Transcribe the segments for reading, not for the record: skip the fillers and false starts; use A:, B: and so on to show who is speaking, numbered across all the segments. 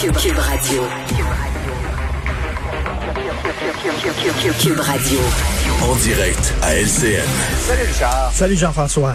A: Cube Radio. Cube Radio.
B: En direct à LCN.
C: Salut Richard.
D: Salut Jean-François.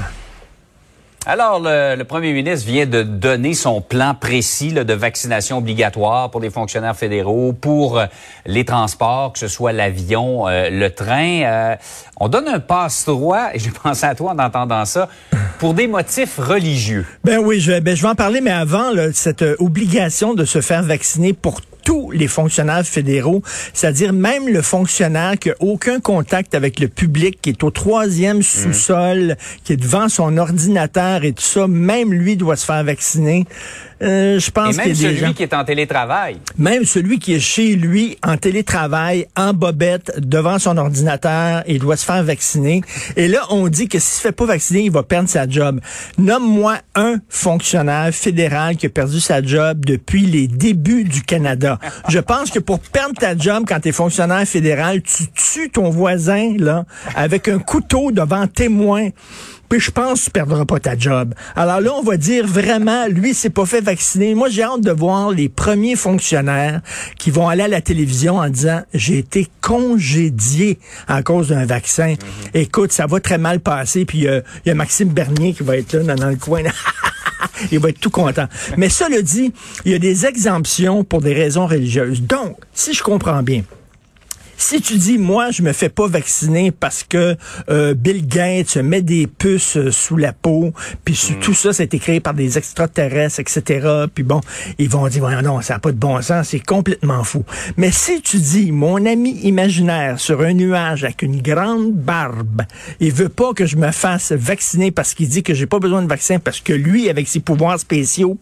C: Alors, le premier ministre vient de donner son plan précis là, de vaccination obligatoire pour les fonctionnaires fédéraux, pour les transports, que ce soit l'avion, le train. On donne un passe-droit, et j'ai pensé à toi en entendant ça, pour des motifs religieux.
D: Ben oui, je vais en parler, mais avant, là, cette obligation de se faire vacciner pour tous les fonctionnaires fédéraux, c'est-à-dire même le fonctionnaire qui n'a aucun contact avec le public, qui est au 3e sous-sol, qui est devant son ordinateur et tout ça, même lui doit se faire vacciner. Je pense
C: et même
D: qu'il y a des
C: celui
D: gens...
C: qui est en télétravail.
D: Même celui qui est chez lui, en télétravail, en bobette, devant son ordinateur, il doit se faire vacciner. Et là, on dit que s'il se fait pas vacciner, il va perdre sa job. Nomme-moi un fonctionnaire fédéral qui a perdu sa job depuis les débuts du Canada. Je pense que pour perdre ta job quand tu es fonctionnaire fédéral, tu tues ton voisin là avec un couteau devant témoin. Puis je pense que tu perdras pas ta job. Alors là, on va dire vraiment, lui, s'est pas fait vacciner. Moi, j'ai hâte de voir les premiers fonctionnaires qui vont aller à la télévision en disant « J'ai été congédié à cause d'un vaccin. Écoute, ça va très mal passer. » Puis il y a Maxime Bernier qui va être là dans le coin. Il va être tout content. Mais cela dit, il y a des exemptions pour des raisons religieuses. Donc, si je comprends bien, si tu dis, moi, je me fais pas vacciner parce que Bill Gates met des puces sous la peau, puis tout ça, c'est créé par des extraterrestres, etc. Puis bon, ils vont dire, ouais, non, ça n'a pas de bon sens, c'est complètement fou. Mais si tu dis, mon ami imaginaire sur un nuage avec une grande barbe, il veut pas que je me fasse vacciner parce qu'il dit que j'ai pas besoin de vaccin parce que lui, avec ses pouvoirs spéciaux,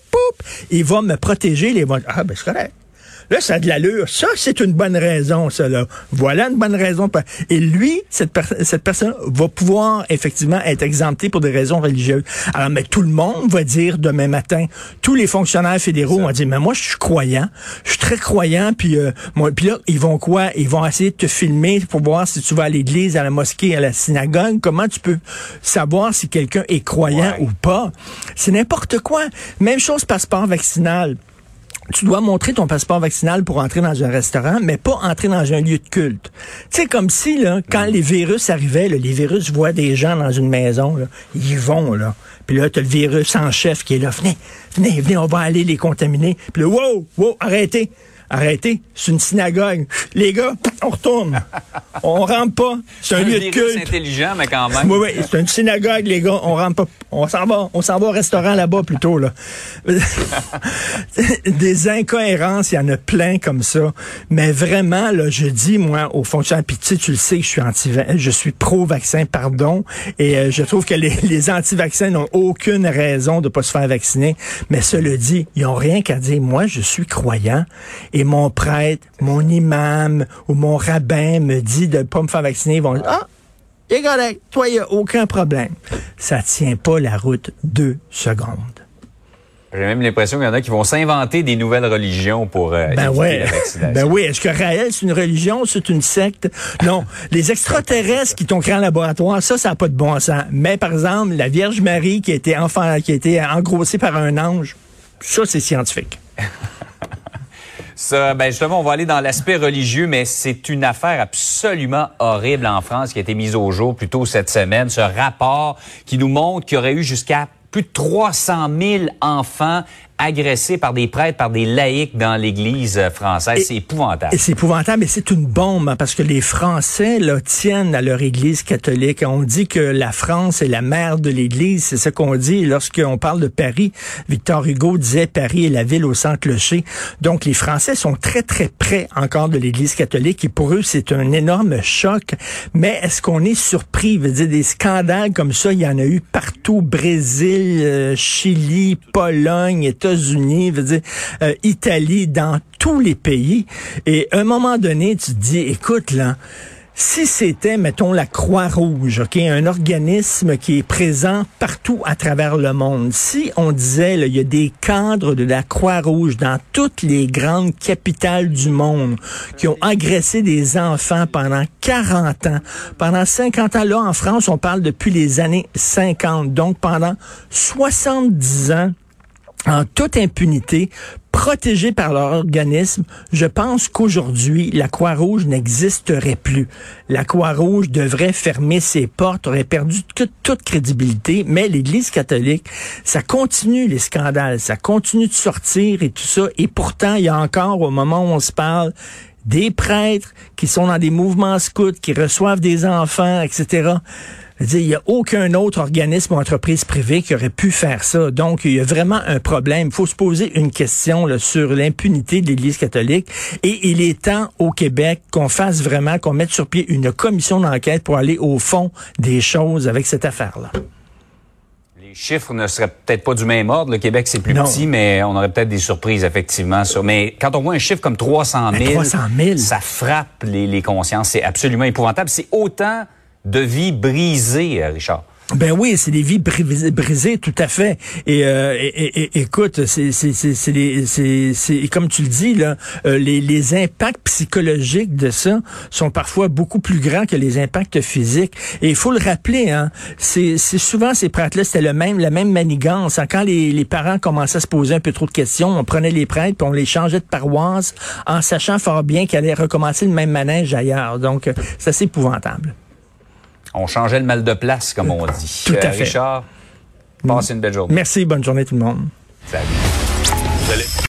D: il va me protéger, ah, ben c'est correct. Là, ça a de l'allure. Ça, c'est une bonne raison, ça, là. Voilà une bonne raison. Et lui, cette personne va pouvoir, effectivement, être exemptée pour des raisons religieuses. Alors, mais tout le monde va dire demain matin, tous les fonctionnaires fédéraux vont dire, mais moi, je suis croyant. Je suis très croyant, puis là, ils vont quoi? Ils vont essayer de te filmer pour voir si tu vas à l'église, à la mosquée, à la synagogue. Comment tu peux savoir si quelqu'un est croyant ou pas? C'est n'importe quoi. Même chose, passeport vaccinal. Tu dois montrer ton passeport vaccinal pour entrer dans un restaurant, mais pas entrer dans un lieu de culte. Tu sais, comme si, là, quand les virus arrivaient, là, les virus voient des gens dans une maison, là, ils vont, là. Puis là, t'as le virus en chef qui est là. Venez, on va aller les contaminer. Puis là, wow, arrêtez, c'est une synagogue. Les gars, on retourne. On rentre pas. C'est un lieu de culte.
C: C'est intelligent, mais quand même.
D: Oui, c'est une synagogue, les gars. On rentre pas. On s'en va au restaurant là-bas plutôt, là. Des incohérences, il y en a plein comme ça. Mais vraiment, là, je dis, moi, aux fonctionnaires, puis tu le sais que je suis pro-vaccin, pardon. Et je trouve que les anti-vaccins n'ont aucune raison de pas se faire vacciner. Mais cela dit, ils ont rien qu'à dire. Moi, je suis croyant. Et mon prêtre, mon imam ou mon rabbin me dit de ne pas me faire vacciner, ils vont dire, ah, il est correct, toi, il n'y a aucun problème. Ça tient pas la route 2 secondes.
C: J'ai même l'impression qu'il y en a qui vont s'inventer des nouvelles religions pour éviter la vaccination.
D: Ben oui, est-ce que Raël, c'est une religion, c'est une secte? Non, les extraterrestres qui t'ont créé en laboratoire, ça n'a pas de bon sens. Mais par exemple, la Vierge Marie qui a été engrossée par un ange, ça, c'est scientifique.
C: Ça, ben justement, on va aller dans l'aspect religieux, mais c'est une affaire absolument horrible en France qui a été mise au jour plus tôt cette semaine. Ce rapport qui nous montre qu'il y aurait eu jusqu'à plus de 300 000 enfants agressés par des prêtres, par des laïcs dans l'Église française. C'est épouvantable.
D: C'est épouvantable, mais c'est une bombe, hein, parce que les Français là, tiennent à leur Église catholique. On dit que la France est la mère de l'Église. C'est ce qu'on dit lorsqu'on parle de Paris. Victor Hugo disait Paris est la ville au sans clocher. Donc, les Français sont très, très près encore de l'Église catholique et pour eux, c'est un énorme choc. Mais est-ce qu'on est surpris? Je veux dire, des scandales comme ça, il y en a eu partout. Brésil, Chili, Pologne, États-Unis, veut dire Italie, dans tous les pays. Et à un moment donné, tu te dis, écoute, là, si c'était, mettons, la Croix-Rouge, OK, un organisme qui est présent partout à travers le monde, si on disait, là, il y a des cadres de la Croix-Rouge dans toutes les grandes capitales du monde qui ont agressé des enfants pendant 40 ans, pendant 50 ans, là, en France, on parle depuis les années 50, donc pendant 70 ans, en toute impunité, protégés par leur organisme, je pense qu'aujourd'hui, la Croix-Rouge n'existerait plus. La Croix-Rouge devrait fermer ses portes, aurait perdu toute crédibilité, mais l'Église catholique, ça continue les scandales, ça continue de sortir et tout ça, et pourtant, il y a encore, au moment où on se parle, des prêtres qui sont dans des mouvements scouts, qui reçoivent des enfants, etc. Il n'y a aucun autre organisme ou entreprise privée qui aurait pu faire ça. Donc, il y a vraiment un problème. Il faut se poser une question là, sur l'impunité de l'Église catholique. Et il est temps au Québec qu'on fasse vraiment, qu'on mette sur pied une commission d'enquête pour aller au fond des choses avec cette affaire-là.
C: Les chiffres ne seraient peut-être pas du même ordre. Le Québec, c'est plus petit, mais on aurait peut-être des surprises, effectivement. Mais quand on voit un chiffre comme 300 000, ça frappe les consciences. C'est absolument épouvantable. C'est autant de vies brisées, Richard.
D: Ben oui, c'est des vies brisées, tout à fait. Et écoute, c'est comme tu le dis là, les impacts psychologiques de ça sont parfois beaucoup plus grands que les impacts physiques. Et il faut le rappeler, hein, c'est souvent ces prêtres-là, c'était la même manigance. Hein. Quand les parents commençaient à se poser un peu trop de questions, on prenait les prêtres puis on les changeait de paroisse en sachant fort bien qu'ils allaient recommencer le même manège ailleurs. Donc, c'est assez épouvantable.
C: On changeait le mal de place, comme on dit.
D: Tout à fait.
C: Richard, passe une belle journée.
D: Merci, bonne journée tout le monde.
C: Salut.